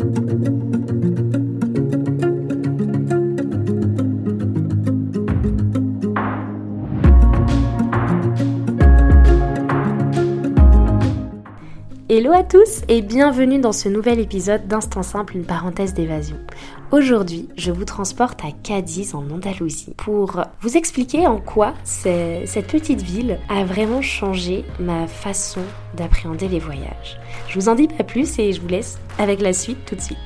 Hello à tous et bienvenue dans ce nouvel épisode d'Instant Simple, une parenthèse d'évasion. Aujourd'hui, je vous transporte à Cadiz en Andalousie pour vous expliquer en quoi cette petite ville a vraiment changé ma façon d'appréhender les voyages. Je vous en dis pas plus et je vous laisse avec la suite tout de suite.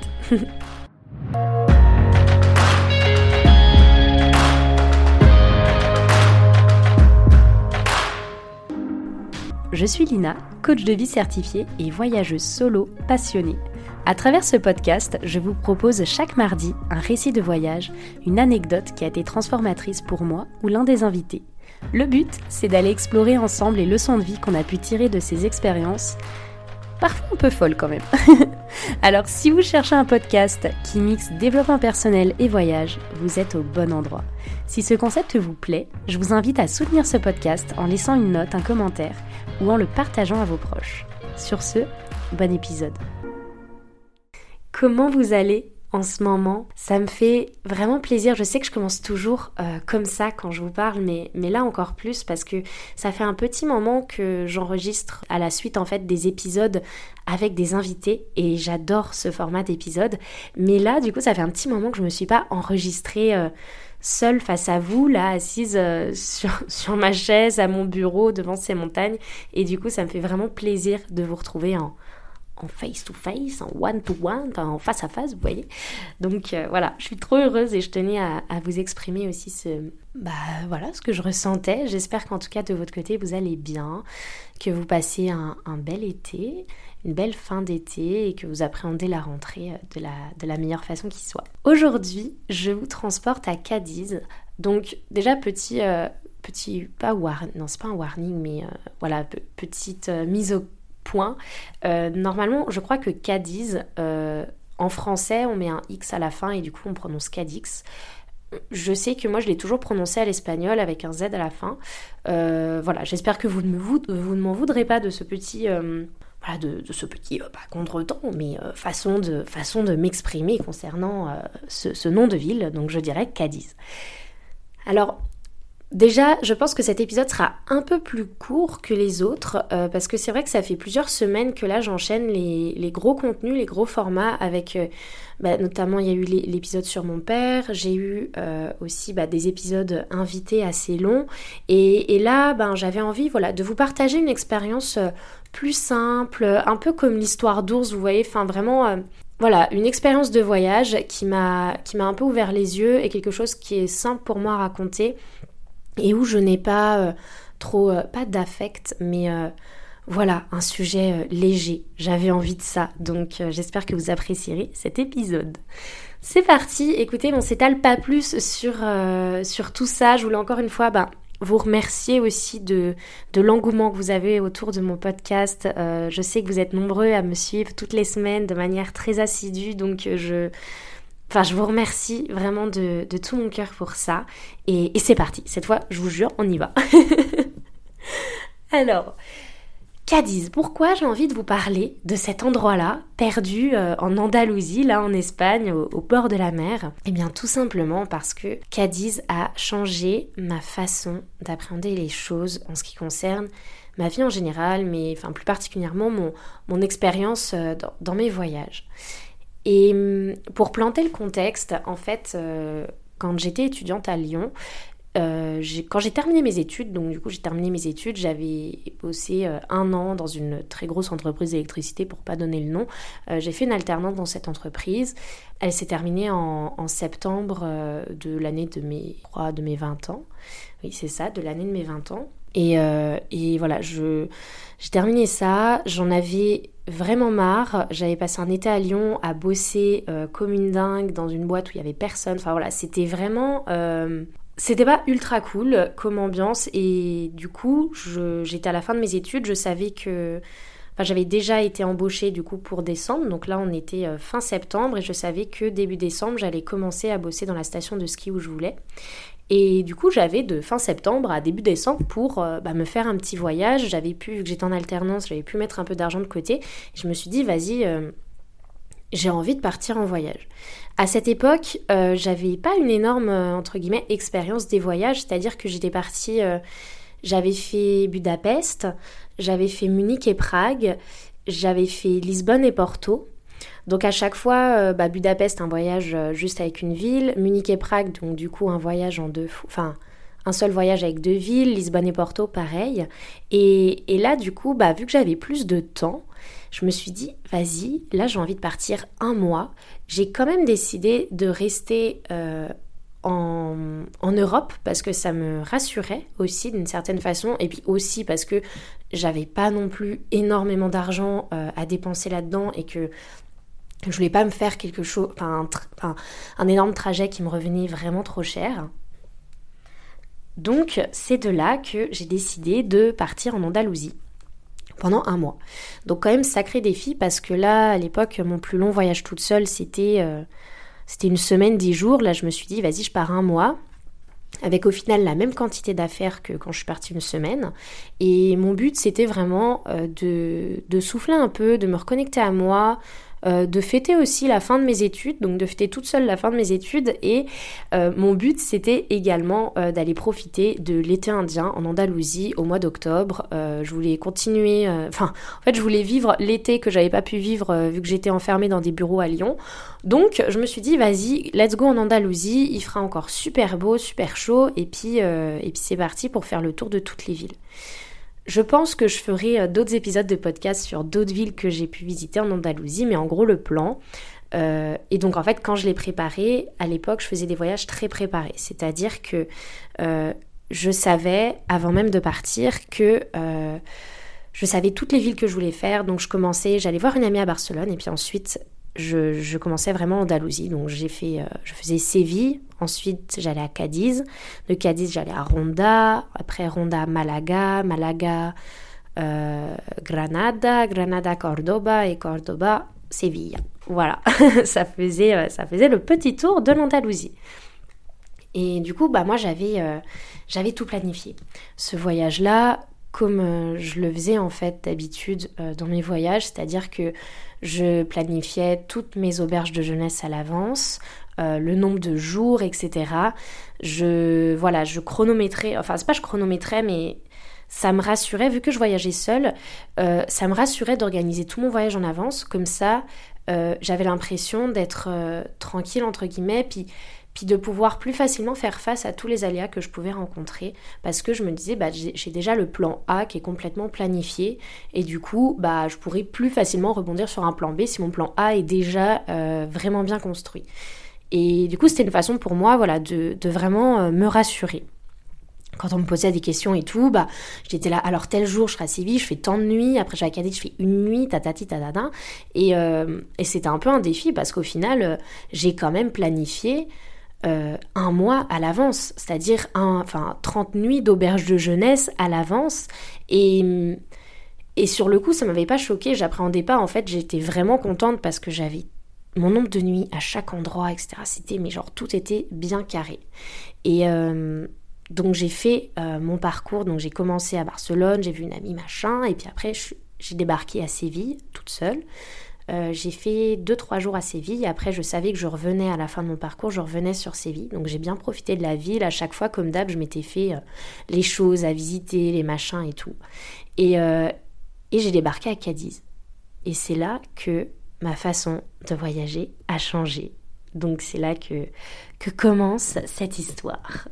Je suis Lina, coach de vie certifiée et voyageuse solo passionnée. À travers ce podcast, je vous propose chaque mardi un récit de voyage, une anecdote qui a été transformatrice pour moi ou l'un des invités. Le but, c'est d'aller explorer ensemble les leçons de vie qu'on a pu tirer de ces expériences, parfois un peu folles quand même. Alors si vous cherchez un podcast qui mixe développement personnel et voyage, vous êtes au bon endroit. Si ce concept vous plaît, je vous invite à soutenir ce podcast en laissant une note, un commentaire ou en le partageant à vos proches. Sur ce, bon épisode. Comment vous allez en ce moment? Ça me fait vraiment plaisir. Je sais que je commence toujours comme ça quand je vous parle, mais là encore plus parce que ça fait un petit moment que j'enregistre à la suite en fait des épisodes avec des invités et j'adore ce format d'épisode. Mais là, du coup, ça fait un petit moment que je me suis pas enregistrée seule face à vous, là, assise sur ma chaise, à mon bureau, devant ces montagnes. Et du coup, ça me fait vraiment plaisir de vous retrouver en face-to-face, en one-to-one, enfin en face-à-face, vous voyez. Donc voilà, je suis trop heureuse et je tenais à vous exprimer aussi ce que je ressentais. J'espère qu'en tout cas, de votre côté, vous allez bien, que vous passez un bel été, une belle fin d'été et que vous appréhendez la rentrée de la meilleure façon qui soit. Aujourd'hui, je vous transporte à Cadiz. Donc déjà, petit non, c'est pas un warning, mais petite mise au point. Normalement, je crois que Cadiz, en français, on met un X à la fin et du coup, on prononce Cadix. Je sais que moi, je l'ai toujours prononcé à l'espagnol avec un Z à la fin. J'espère que vous ne m'en voudrez pas de ce petit... pas contretemps, mais façon de m'exprimer concernant ce nom de ville. Donc, je dirais Cadiz. Alors... Déjà, je pense que cet épisode sera un peu plus court que les autres parce que c'est vrai que ça fait plusieurs semaines que là j'enchaîne les gros contenus, les gros formats avec notamment il y a eu l'épisode sur mon père, j'ai eu aussi des épisodes invités assez longs et là j'avais envie de vous partager une expérience plus simple, un peu comme l'histoire d'ours, vous voyez, enfin vraiment... une expérience de voyage qui m'a un peu ouvert les yeux et quelque chose qui est simple pour moi à raconter et où je n'ai pas pas d'affect, mais un sujet léger. J'avais envie de ça, donc j'espère que vous apprécierez cet épisode. C'est parti, écoutez, on s'étale pas plus sur tout ça. Je voulais encore une fois vous remercier aussi de l'engouement que vous avez autour de mon podcast. Je sais que vous êtes nombreux à me suivre toutes les semaines de manière très assidue, donc je vous remercie vraiment de tout mon cœur pour ça. Et c'est parti. Cette fois, je vous jure, on y va. Alors, Cadiz. Pourquoi j'ai envie de vous parler de cet endroit-là, perdu en Andalousie, là en Espagne, au bord de la mer? Eh bien, tout simplement parce que Cadiz a changé ma façon d'appréhender les choses en ce qui concerne ma vie en général, mais plus particulièrement mon expérience dans mes voyages. Et pour planter le contexte, en fait, quand j'étais étudiante à Lyon, quand j'ai terminé mes études, donc du coup j'ai terminé mes études, j'avais bossé 1 an dans une très grosse entreprise d'électricité pour pas donner le nom. J'ai fait une alternance dans cette entreprise. Elle s'est terminée en septembre de l'année de mes 20 ans. Oui, c'est ça, de l'année de mes 20 ans. Et voilà, j'ai terminé ça, j'en avais vraiment marre. J'avais passé un été à Lyon à bosser comme une dingue dans une boîte où il y avait personne. Enfin voilà, c'était vraiment... C'était pas ultra cool comme ambiance et du coup, j'étais à la fin de mes études, je savais que... j'avais déjà été embauchée du coup pour décembre, donc là on était fin septembre et je savais que début décembre, j'allais commencer à bosser dans la station de ski où je voulais. Et du coup, j'avais de fin septembre à début décembre pour me faire un petit voyage. Vu que j'étais en alternance, j'avais pu mettre un peu d'argent de côté. Et je me suis dit, vas-y, j'ai envie de partir en voyage. À cette époque, j'avais pas une énorme, entre guillemets, expérience des voyages, c'est-à-dire que j'étais partie, j'avais fait Budapest, j'avais fait Munich et Prague, j'avais fait Lisbonne et Porto. Donc à chaque fois, Budapest, un voyage juste avec une ville, Munich et Prague, donc du coup un voyage un seul voyage avec 2 villes, Lisbonne et Porto, pareil. Et là, du coup, vu que j'avais plus de temps, je me suis dit, vas-y, là j'ai envie de partir 1 mois. J'ai quand même décidé de rester en Europe parce que ça me rassurait aussi d'une certaine façon. Et puis aussi parce que j'avais pas non plus énormément d'argent à dépenser là-dedans et que je voulais pas me faire quelque chose, un énorme trajet qui me revenait vraiment trop cher. Donc c'est de là que j'ai décidé de partir en Andalousie pendant 1 mois. Donc quand même sacré défi parce que là à l'époque mon plus long voyage toute seule c'était 1 semaine 10 jours. Là je me suis dit vas-y je pars 1 mois avec au final la même quantité d'affaires que quand je suis partie 1 semaine. Et mon but c'était vraiment de souffler un peu, de me reconnecter à moi, de fêter aussi la fin de mes études, donc de fêter toute seule la fin de mes études. Et mon but c'était également d'aller profiter de l'été indien en Andalousie au mois d'octobre. Je voulais continuer, en fait je voulais vivre l'été que j'avais pas pu vivre vu que j'étais enfermée dans des bureaux à Lyon. Donc je me suis dit vas-y let's go en Andalousie, il fera encore super beau, super chaud et puis c'est parti pour faire le tour de toutes les villes. Je pense que je ferai d'autres épisodes de podcast sur d'autres villes que j'ai pu visiter en Andalousie, mais en gros le plan. Et donc en fait quand je l'ai préparé, à l'époque je faisais des voyages très préparés. C'est-à-dire que je savais, avant même de partir, que je savais toutes les villes que je voulais faire. Donc j'allais voir une amie à Barcelone et puis ensuite je commençais vraiment en Andalousie. Donc je faisais Séville, ensuite j'allais à Cadiz, de Cadiz j'allais à Ronda, après Ronda Malaga, Granada, Cordoba et Cordoba, Séville. Voilà, ça faisait le petit tour de l'Andalousie. Et du coup, moi j'avais tout planifié. Ce voyage-là, comme je le faisais en fait d'habitude dans mes voyages, c'est-à-dire que je planifiais toutes mes auberges de jeunesse à l'avance, le nombre de jours, etc. Je chronométrais, c'est pas je chronométrais, mais ça me rassurait, vu que je voyageais seule, ça me rassurait d'organiser tout mon voyage en avance, comme ça j'avais l'impression d'être tranquille entre guillemets, puis de pouvoir plus facilement faire face à tous les aléas que je pouvais rencontrer, parce que je me disais, j'ai déjà le plan A qui est complètement planifié, et du coup, je pourrais plus facilement rebondir sur un plan B si mon plan A est déjà vraiment bien construit. Et du coup, c'était une façon pour moi, de vraiment me rassurer. Quand on me posait des questions et tout, j'étais là, alors tel jour je serai à Séville, je fais tant de nuits, après je vais à Cadiz, je fais 1 nuit, tatati tatata. Et c'était un peu un défi parce qu'au final, j'ai quand même planifié 1 mois à l'avance, c'est-à-dire 30 nuits d'auberge de jeunesse à l'avance. Et sur le coup, ça m'avait pas choquée, j'appréhendais pas, en fait, j'étais vraiment contente parce que j'avais mon nombre de nuits à chaque endroit, etc. C'était, mais genre, tout était bien carré. Et donc j'ai fait mon parcours, donc j'ai commencé à Barcelone, j'ai vu une amie machin, et puis après j'ai débarqué à Séville toute seule. J'ai fait 2-3 jours à Séville, et après je savais que je revenais à la fin de mon parcours, je revenais sur Séville, donc j'ai bien profité de la ville. À chaque fois, comme d'hab, je m'étais fait les choses à visiter, les machins et tout, et j'ai débarqué à Cadiz, et c'est là que ma façon de voyager a changé. Donc c'est là que commence cette histoire.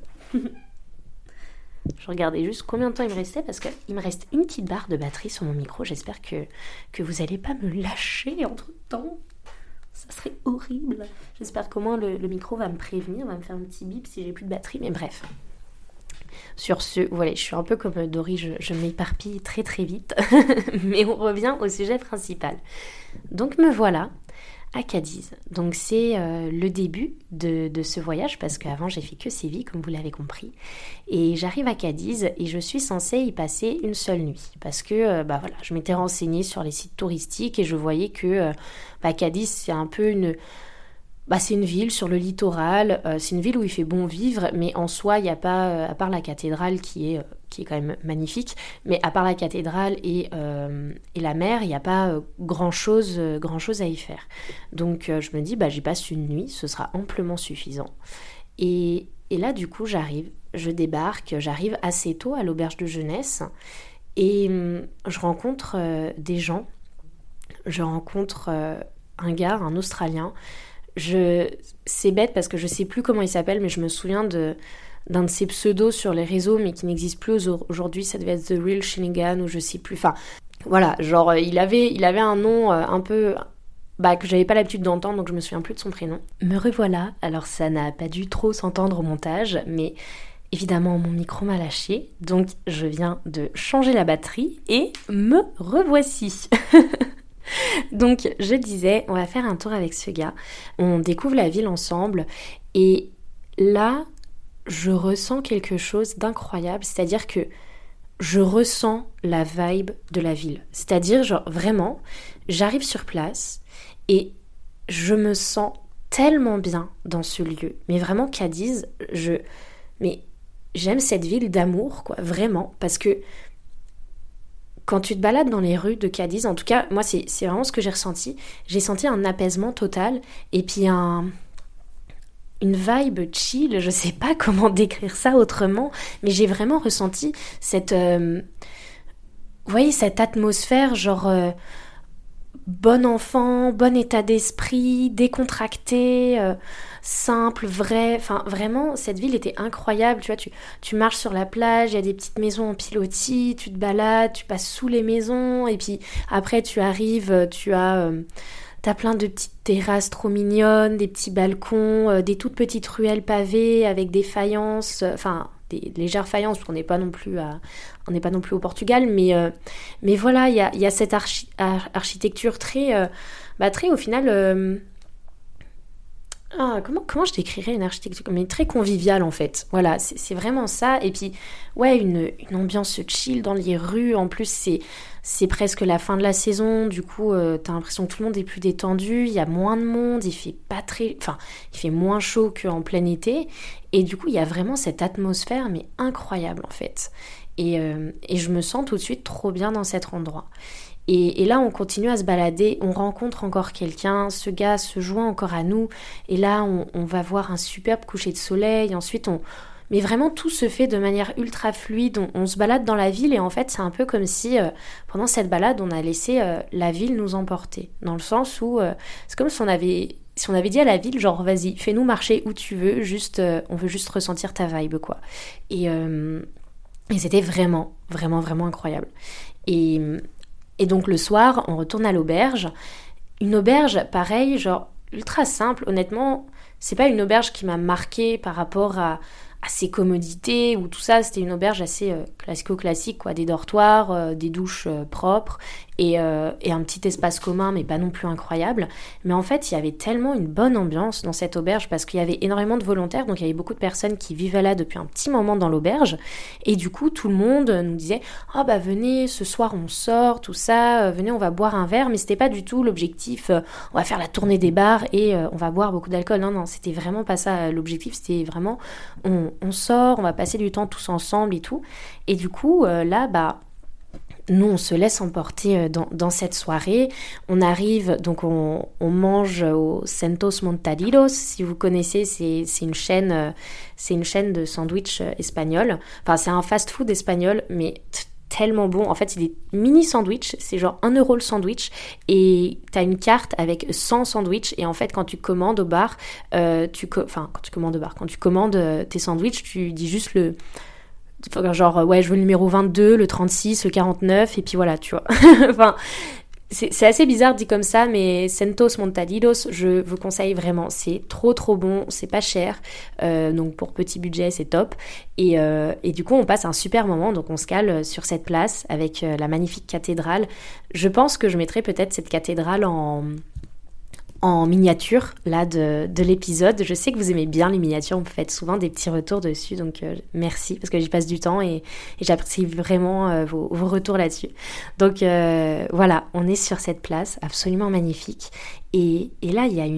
Je regardais juste combien de temps il me restait parce qu'il me reste une petite barre de batterie sur mon micro. J'espère que vous n'allez pas me lâcher entre temps. Ça serait horrible. J'espère qu'au moins le micro va me prévenir, va me faire un petit bip si j'ai plus de batterie. Mais bref. Sur ce, voilà, je suis un peu comme Dory, je m'éparpille très très vite. Mais on revient au sujet principal. Donc me voilà à Cadiz. Donc c'est le début de ce voyage parce qu'avant j'ai fait que Séville comme vous l'avez compris, et j'arrive à Cadiz et je suis censée y passer une seule nuit parce que je m'étais renseignée sur les sites touristiques et je voyais que Cadiz c'est un peu Bah, c'est une ville sur le littoral, c'est une ville où il fait bon vivre, mais en soi, il n'y a pas, à part la cathédrale qui est quand même magnifique, mais à part la cathédrale et la mer, il n'y a pas grand-chose à y faire. Donc je me dis, bah, j'y passe une nuit, ce sera amplement suffisant. Et là, du coup, je débarque, j'arrive assez tôt à l'auberge de jeunesse, et je rencontre des gens, je rencontre un gars, un Australien. C'est bête parce que je sais plus comment il s'appelle, mais je me souviens d'un de ses pseudos sur les réseaux, mais qui n'existe plus aujourd'hui. Ça devait être The Real Shinigan ou je sais plus. Enfin, voilà, genre il avait un nom un peu que j'avais pas l'habitude d'entendre, donc je me souviens plus de son prénom. Me revoilà. Alors ça n'a pas dû trop s'entendre au montage, mais évidemment mon micro m'a lâché, donc je viens de changer la batterie et me revoici. Donc je disais, on va faire un tour avec ce gars, on découvre la ville ensemble et là je ressens quelque chose d'incroyable, c'est-à-dire que je ressens la vibe de la ville, c'est-à-dire genre vraiment j'arrive sur place et je me sens tellement bien dans ce lieu, mais vraiment Cadiz, mais j'aime cette ville d'amour quoi, vraiment, parce que quand tu te balades dans les rues de Cadiz, en tout cas, moi, c'est vraiment ce que j'ai ressenti. J'ai senti un apaisement total et puis une vibe chill. Je sais pas comment décrire ça autrement, mais j'ai vraiment ressenti cette, vous voyez, cette atmosphère, genre bon enfant, bon état d'esprit, décontracté, simple, vrai. Enfin, vraiment, cette ville était incroyable. Tu vois, tu marches sur la plage, il y a des petites maisons en pilotis, tu te balades, tu passes sous les maisons, et puis après, tu arrives, t'as plein de petites terrasses trop mignonnes, des petits balcons, des toutes petites ruelles pavées avec des faïences, enfin des légères faïences, parce qu'on n'est pas non plus au Portugal, mais voilà, il y a cette architecture très, très au final. Comment je décrirais une architecture mais très conviviale en fait. Voilà, c'est vraiment ça. Et puis, ouais, une ambiance chill dans les rues. En plus, c'est presque la fin de la saison. Du coup, t'as l'impression que tout le monde est plus détendu. Il y a moins de monde. Il fait moins chaud qu'en plein été. Et du coup, il y a vraiment cette atmosphère, mais incroyable en fait. Et je me sens tout de suite trop bien dans cet endroit. Et là, on continue à se balader, on rencontre encore quelqu'un, ce gars se joint encore à nous, et là, on va voir un superbe coucher de soleil, ensuite Mais vraiment, tout se fait de manière ultra fluide, on se balade dans la ville, et en fait, c'est un peu comme si, pendant cette balade, on a laissé la ville nous emporter, dans le sens où, c'est comme si on avait dit à la ville, genre, vas-y, fais-nous marcher où tu veux, juste, on veut juste ressentir ta vibe, quoi. Et c'était vraiment, vraiment, vraiment incroyable. Et donc le soir, on retourne à l'auberge. Une auberge, pareil, genre ultra simple. Honnêtement, c'est pas une auberge qui m'a marquée par rapport à ses commodités ou tout ça. C'était une auberge assez classico-classique, quoi. Des dortoirs, des douches propres et un petit espace commun, mais pas non plus incroyable. Mais en fait, il y avait tellement une bonne ambiance dans cette auberge parce qu'il y avait énormément de volontaires, donc il y avait beaucoup de personnes qui vivaient là depuis un petit moment dans l'auberge. Et du coup, tout le monde nous disait « Ah bah venez, ce soir on sort, tout ça, venez, on va boire un verre. » Mais c'était pas du tout l'objectif, on va faire la tournée des bars et on va boire beaucoup d'alcool. Non, c'était vraiment pas ça l'objectif, c'était vraiment on sort, on va passer du temps tous ensemble et tout. Et du coup, là, nous, on se laisse emporter dans cette soirée. On arrive, donc on mange au Centos Montaditos. Si vous connaissez, c'est une chaîne de sandwich espagnol. Enfin, c'est un fast-food espagnol, mais tellement bon. En fait, c'est des mini sandwichs. C'est genre 1 euro le sandwich. Et t'as une carte avec 100 sandwichs. Et en fait, quand tu commandes au bar, quand tu commandes tes sandwichs, tu dis juste genre, ouais, je veux le numéro 22, le 36, le 49, et puis voilà, tu vois. Enfin, c'est assez bizarre dit comme ça, mais Centos Montaditos, je vous conseille vraiment. C'est trop trop bon, c'est pas cher, donc pour petit budget, c'est top. Et du coup, on passe un super moment, donc on se cale sur cette place avec la magnifique cathédrale. Je pense que je mettrai peut-être cette cathédrale en miniature là de l'épisode. Je sais que vous aimez bien les miniatures, vous faites souvent des petits retours dessus, donc merci parce que j'y passe du temps et j'apprécie vraiment vos retours là-dessus. Donc voilà, on est sur cette place absolument magnifique et là il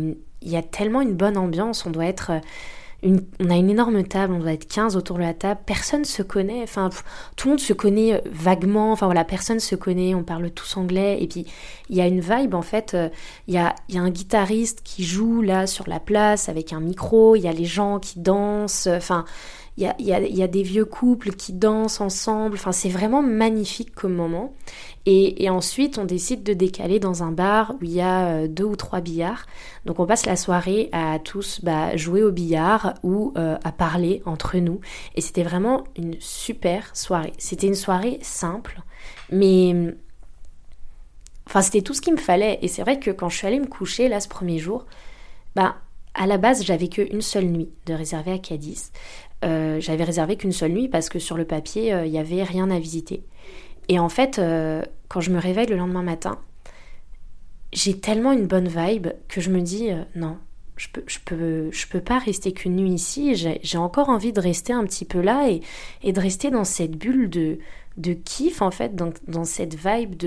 il y a tellement une bonne ambiance, on doit être... on a une énorme table, on doit être 15 autour de la table, personne se connaît, enfin tout le monde se connaît vaguement, enfin voilà, personne se connaît, on parle tous anglais, et puis il y a une vibe en fait, il y a un guitariste qui joue là sur la place avec un micro, il y a les gens qui dansent, enfin il y a des vieux couples qui dansent ensemble, enfin c'est vraiment magnifique comme moment. Et ensuite, on décide de décaler dans un bar où il y a 2 ou 3 billards. Donc on passe la soirée à tous jouer au billard ou à parler entre nous. Et c'était vraiment une super soirée. C'était une soirée simple, mais enfin c'était tout ce qu'il me fallait. Et c'est vrai que quand je suis allée me coucher là ce premier jour, à la base j'avais qu'une seule nuit de réserver à Cadiz. J'avais réservé qu'une seule nuit parce que sur le papier il n'y avait rien à visiter. Et en fait, quand je me réveille le lendemain matin, j'ai tellement une bonne vibe que je me dis non, je peux pas rester qu'une nuit ici. J'ai encore envie de rester un petit peu là et de rester dans cette bulle de kiff en fait, dans cette vibe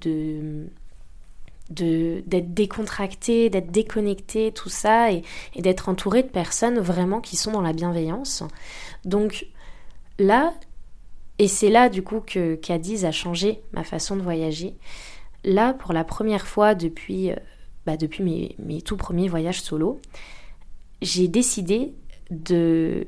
d'être décontracté, d'être déconnecté, tout ça, et d'être entouré de personnes vraiment qui sont dans la bienveillance. Donc là, et c'est là du coup que Cadiz a changé ma façon de voyager. Là, pour la première fois depuis mes tout premiers voyages solo, j'ai décidé d'aller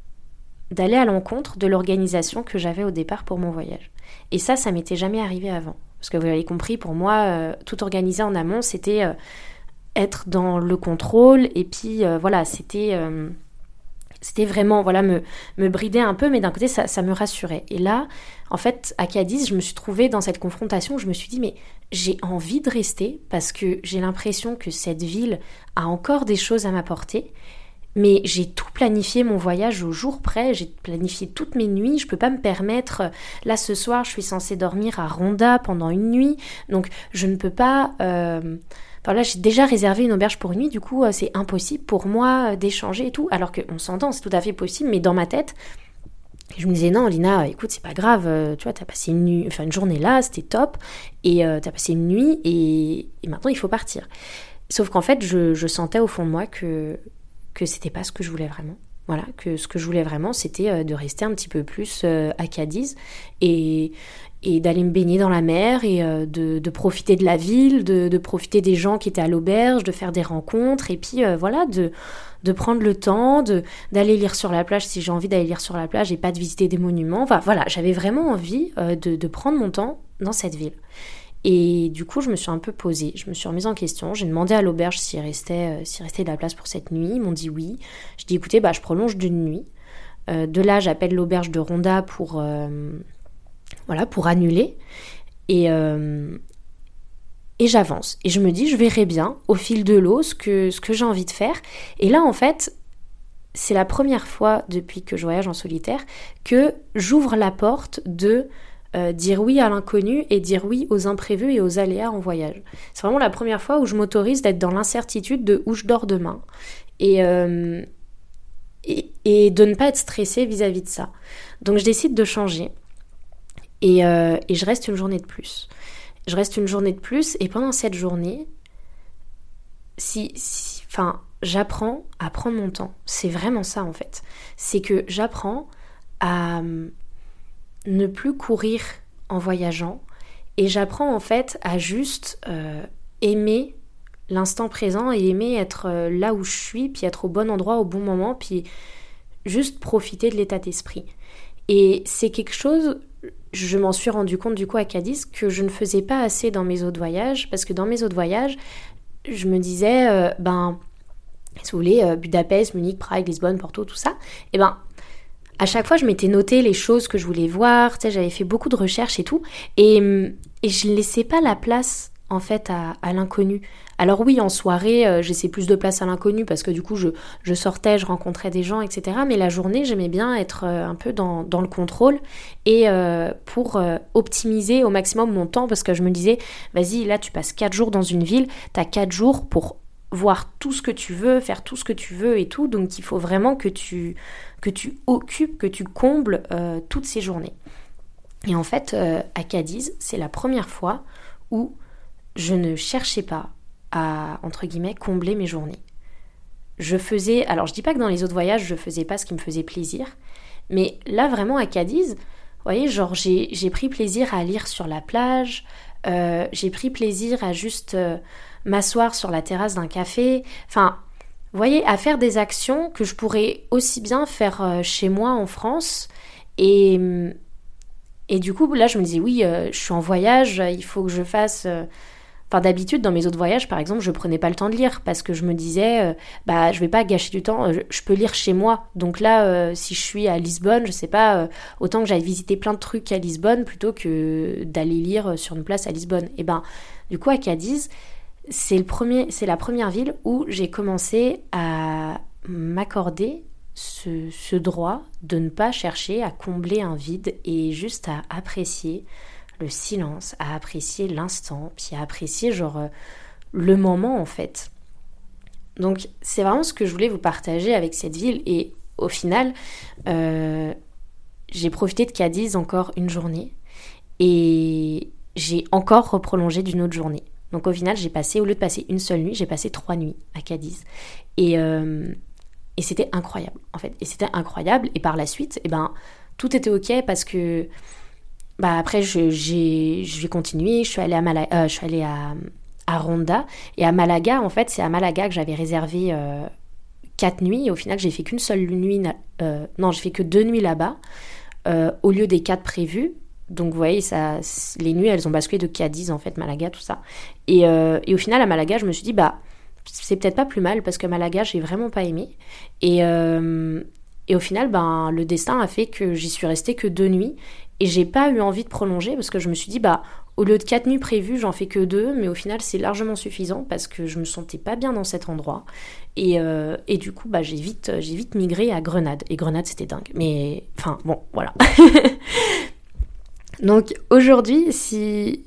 à l'encontre de l'organisation que j'avais au départ pour mon voyage. Et ça m'était jamais arrivé avant. Parce que vous l'avez compris, pour moi, tout organisé en amont, c'était être dans le contrôle. Et puis voilà, c'était vraiment me brider un peu, mais d'un côté, ça me rassurait. Et là, en fait, à Cadiz, je me suis trouvée dans cette confrontation où je me suis dit, mais j'ai envie de rester parce que j'ai l'impression que cette ville a encore des choses à m'apporter. Mais j'ai tout planifié mon voyage au jour près, j'ai planifié toutes mes nuits, je peux pas me permettre, là ce soir je suis censée dormir à Ronda pendant une nuit, donc je ne peux pas, là j'ai déjà réservé une auberge pour une nuit, du coup c'est impossible pour moi d'échanger et tout, alors qu'on s'entend, c'est tout à fait possible, mais dans ma tête, je me disais non Lina, écoute c'est pas grave, tu vois t'as passé une journée là, c'était top, et t'as passé une nuit et maintenant il faut partir. Sauf qu'en fait je sentais au fond de moi que c'était pas ce que je voulais vraiment. Voilà, que ce que je voulais vraiment, c'était de rester un petit peu plus à Cadiz et d'aller me baigner dans la mer et de profiter de la ville, de profiter des gens qui étaient à l'auberge, de faire des rencontres et puis de prendre le temps, d'aller lire sur la plage si j'ai envie d'aller lire sur la plage et pas de visiter des monuments. Enfin voilà, j'avais vraiment envie de prendre mon temps dans cette ville. Et du coup, je me suis un peu posée, je me suis remise en question, j'ai demandé à l'auberge s'il restait de la place pour cette nuit, ils m'ont dit oui. Je dis écoutez, je prolonge d'une nuit. De là, j'appelle l'auberge de Ronda pour annuler. Et j'avance. Et je me dis, je verrai bien, au fil de l'eau, ce que j'ai envie de faire. Et là, en fait, c'est la première fois depuis que je voyage en solitaire que j'ouvre la porte de... dire oui à l'inconnu et dire oui aux imprévus et aux aléas en voyage. C'est vraiment la première fois où je m'autorise d'être dans l'incertitude de où je dors demain et de ne pas être stressée vis-à-vis de ça. Donc je décide de changer et je reste une journée de plus. Je reste une journée de plus et pendant cette journée, j'apprends à prendre mon temps. C'est vraiment ça en fait. C'est que j'apprends à ne plus courir en voyageant et j'apprends en fait à juste aimer l'instant présent et aimer être là où je suis puis être au bon endroit au bon moment puis juste profiter de l'état d'esprit. Et c'est quelque chose, je m'en suis rendu compte du coup à Cadiz, que je ne faisais pas assez dans mes autres voyages, parce que dans mes autres voyages je me disais si vous voulez Budapest, Munich, Prague, Lisbonne, Porto, tout ça, et à chaque fois, je m'étais noté les choses que je voulais voir, j'avais fait beaucoup de recherches et tout, et je ne laissais pas la place, en fait, à l'inconnu. Alors oui, en soirée, je laissais plus de place à l'inconnu, parce que du coup, je sortais, je rencontrais des gens, etc. Mais la journée, j'aimais bien être un peu dans le contrôle, et pour optimiser au maximum mon temps, parce que je me disais, vas-y, là, tu passes 4 jours dans une ville, t'as 4 jours pour voir tout ce que tu veux, faire tout ce que tu veux et tout, donc il faut vraiment que tu occupes, que tu combles toutes ces journées. Et en fait, à Cadiz, c'est la première fois où je ne cherchais pas à, entre guillemets, combler mes journées. je faisais... Alors, je dis pas que dans les autres voyages, je faisais pas ce qui me faisait plaisir, mais là, vraiment, à Cadiz, vous voyez, genre, j'ai pris plaisir à lire sur la plage, j'ai pris plaisir à juste m'asseoir sur la terrasse d'un café, enfin... Vous voyez, à faire des actions que je pourrais aussi bien faire chez moi en France. Et du coup, là, je me disais, oui, je suis en voyage, il faut que je fasse... Enfin, d'habitude, dans mes autres voyages, par exemple, je prenais pas le temps de lire parce que je me disais, je vais pas gâcher du temps, je peux lire chez moi. Donc là, si je suis à Lisbonne, je sais pas, autant que j'aille visiter plein de trucs à Lisbonne plutôt que d'aller lire sur une place à Lisbonne. Et du coup, à Cadiz... c'est la première ville où j'ai commencé à m'accorder ce droit de ne pas chercher à combler un vide et juste à apprécier le silence, à apprécier l'instant, puis à apprécier le moment en fait. Donc c'est vraiment ce que je voulais vous partager avec cette ville et au final j'ai profité de Cadiz encore une journée et j'ai encore reprolongé d'une autre journée. Donc au final, au lieu de passer une seule nuit, j'ai passé 3 nuits à Cadiz. Et c'était incroyable, en fait. Et c'était incroyable. Et par la suite, tout était OK parce que... après, j'ai continué. Je suis allée à Ronda. Et à Malaga, en fait, c'est à Malaga que j'avais réservé 4 nuits. Et au final, j'ai fait qu'une seule nuit... j'ai fait que 2 nuits là-bas, au lieu des 4 prévues. Donc vous voyez, les nuits elles ont basculé de Cadiz en fait, Malaga, tout ça. Et au final à Malaga je me suis dit c'est peut-être pas plus mal parce que Malaga j'ai vraiment pas aimé. Et au final le destin a fait que j'y suis restée que 2 nuits et j'ai pas eu envie de prolonger parce que je me suis dit au lieu de 4 nuits prévues j'en fais que 2, mais au final c'est largement suffisant parce que je me sentais pas bien dans cet endroit. Et du coup j'ai vite migré à Grenade. Et Grenade c'était dingue. Mais enfin bon voilà. Donc aujourd'hui, si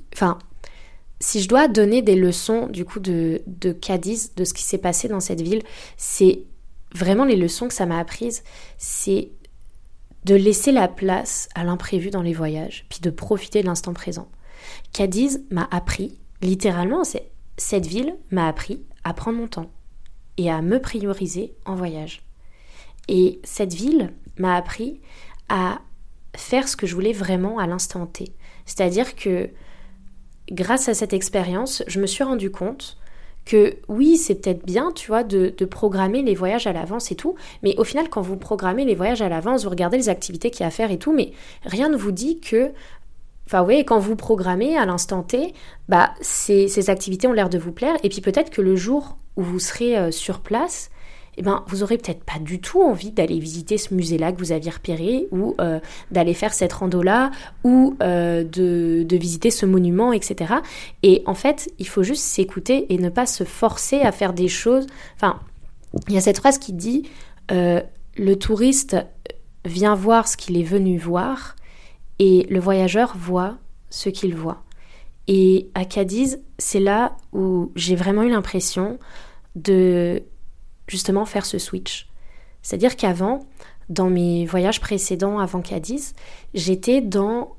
je dois donner des leçons du coup de Cadiz, de ce qui s'est passé dans cette ville, c'est vraiment les leçons que ça m'a apprises, c'est de laisser la place à l'imprévu dans les voyages, puis de profiter de l'instant présent. Cadiz m'a appris, littéralement, cette ville m'a appris à prendre mon temps et à me prioriser en voyage. Et cette ville m'a appris à faire ce que je voulais vraiment à l'instant T. C'est-à-dire que grâce à cette expérience, je me suis rendu compte que oui, c'est peut-être bien, tu vois, de programmer les voyages à l'avance et tout, mais au final, quand vous programmez les voyages à l'avance, vous regardez les activités qu'il y a à faire et tout, mais rien ne vous dit que... Enfin, oui, quand vous programmez à l'instant T, ces activités ont l'air de vous plaire, et puis peut-être que le jour où vous serez sur place, vous aurez peut-être pas du tout envie d'aller visiter ce musée-là que vous aviez repéré, ou d'aller faire cette rando-là, ou de visiter ce monument, etc. Et en fait, il faut juste s'écouter et ne pas se forcer à faire des choses. Enfin, il y a cette phrase qui dit le touriste vient voir ce qu'il est venu voir, et le voyageur voit ce qu'il voit. Et à Cadiz, c'est là où j'ai vraiment eu l'impression de... justement faire ce switch. C'est-à-dire qu'avant, dans mes voyages précédents avant Cadiz, j'étais dans...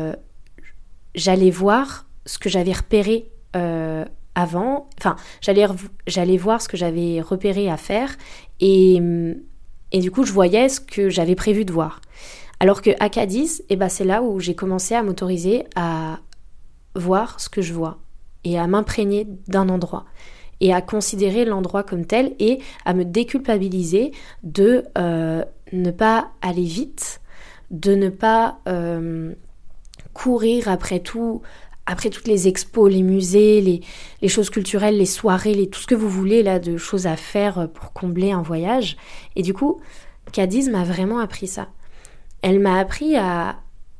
j'allais voir ce que j'avais repéré avant. Enfin, j'allais voir ce que j'avais repéré à faire et du coup, je voyais ce que j'avais prévu de voir. Alors qu'à Cadiz, c'est là où j'ai commencé à m'autoriser à voir ce que je vois et à m'imprégner d'un endroit. Et à considérer l'endroit comme tel et à me déculpabiliser de ne pas aller vite, de ne pas courir après toutes les expos, les musées, les choses culturelles, les soirées, tout ce que vous voulez là de choses à faire pour combler un voyage. Et du coup, Cadiz m'a vraiment appris ça. Elle m'a appris à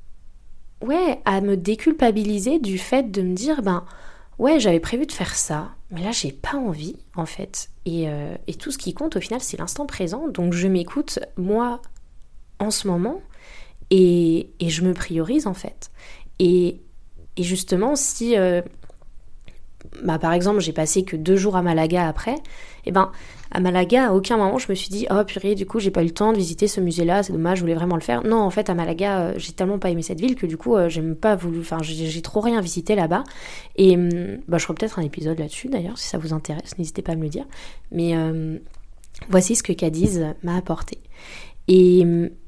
me déculpabiliser du fait de me dire j'avais prévu de faire ça, mais là j'ai pas envie en fait. Et tout ce qui compte au final c'est l'instant présent, donc je m'écoute moi en ce moment et je me priorise en fait. Et justement si par exemple j'ai passé que 2 jours à Malaga après, à Malaga à aucun moment je me suis dit oh purée du coup j'ai pas eu le temps de visiter ce musée là, c'est dommage, je voulais vraiment le faire. Non, en fait à Malaga j'ai tellement pas aimé cette ville que du coup j'ai trop rien visité là-bas. Et je ferai peut-être un épisode là-dessus d'ailleurs si ça vous intéresse, n'hésitez pas à me le dire. Mais Voici ce que Cadiz m'a apporté. Et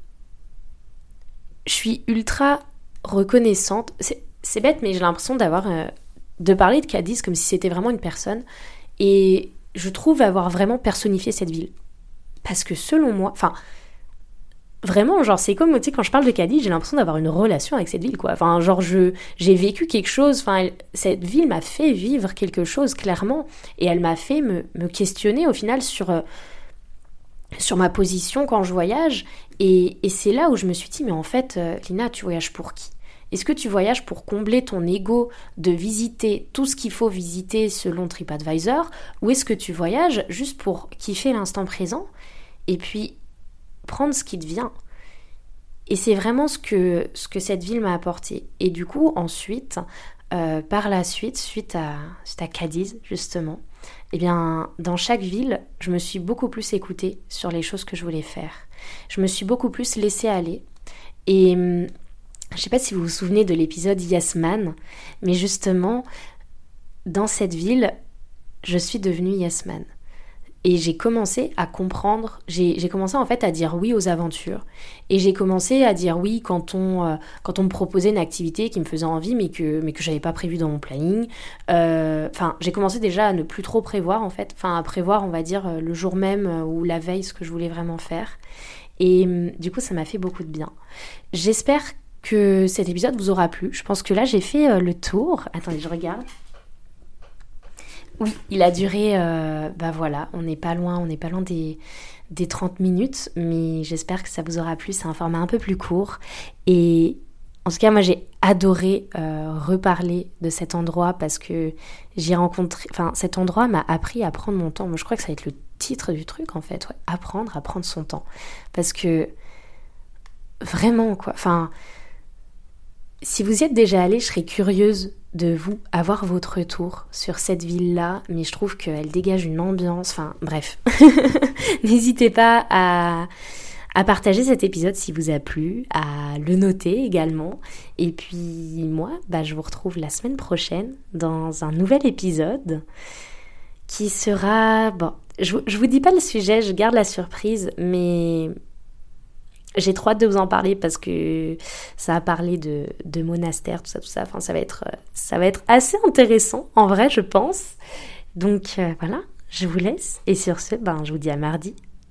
je suis ultra reconnaissante. C'est bête, mais j'ai l'impression de parler de Cadiz comme si c'était vraiment une personne. Et je trouve avoir vraiment personnifié cette ville. Parce que selon moi, enfin, vraiment, genre, c'est comme, tu sais, quand je parle de Cadiz, j'ai l'impression d'avoir une relation avec cette ville, quoi. Enfin, genre, j'ai vécu quelque chose, enfin, cette ville m'a fait vivre quelque chose, clairement. Et elle m'a fait me questionner, au final, sur ma position quand je voyage. Et c'est là où je me suis dit, mais en fait, Lina, tu voyages pour qui ? Est-ce que tu voyages pour combler ton ego de visiter tout ce qu'il faut visiter selon TripAdvisor, ou est-ce que tu voyages juste pour kiffer l'instant présent et puis prendre ce qui te vient ? Et c'est vraiment ce que cette ville m'a apporté. Et du coup, ensuite, par la suite, suite à Cadiz, justement, eh bien, dans chaque ville, je me suis beaucoup plus écoutée sur les choses que je voulais faire. Je me suis beaucoup plus laissée aller. Et je ne sais pas si vous vous souvenez de l'épisode Yes Man, mais justement, dans cette ville, je suis devenue Yes Man. Et j'ai commencé à comprendre, j'ai commencé en fait à dire oui aux aventures. Et j'ai commencé à dire oui quand on me proposait une activité qui me faisait envie mais que j'avais pas prévu dans mon planning. Enfin, j'ai commencé déjà à ne plus trop prévoir en fait. Enfin, à prévoir, on va dire, le jour même ou la veille ce que je voulais vraiment faire. Et du coup, ça m'a fait beaucoup de bien. J'espère que cet épisode vous aura plu. Je pense que là, j'ai fait le tour. Attendez, je regarde. Oui, il a duré, voilà, on n'est pas loin des 30 minutes, mais j'espère que ça vous aura plu. C'est un format un peu plus court. Et en tout cas, moi, j'ai adoré reparler de cet endroit parce que j'ai rencontré... Enfin, cet endroit m'a appris à prendre mon temps. Moi, je crois que ça va être le titre du truc, en fait. Ouais, apprendre à prendre son temps. Parce que, vraiment, quoi. Enfin, si vous y êtes déjà allé, je serais curieuse de vous avoir votre retour sur cette ville-là, mais je trouve qu'elle dégage une ambiance, enfin bref. N'hésitez pas à partager cet épisode si vous a plu, à le noter également. Et puis moi, je vous retrouve la semaine prochaine dans un nouvel épisode qui sera... Bon, je vous dis pas le sujet, je garde la surprise, mais... J'ai trop hâte de vous en parler parce que ça a parlé de monastère, tout ça. Enfin, ça va être assez intéressant, en vrai, je pense. Donc voilà, je vous laisse. Et sur ce, je vous dis à mardi.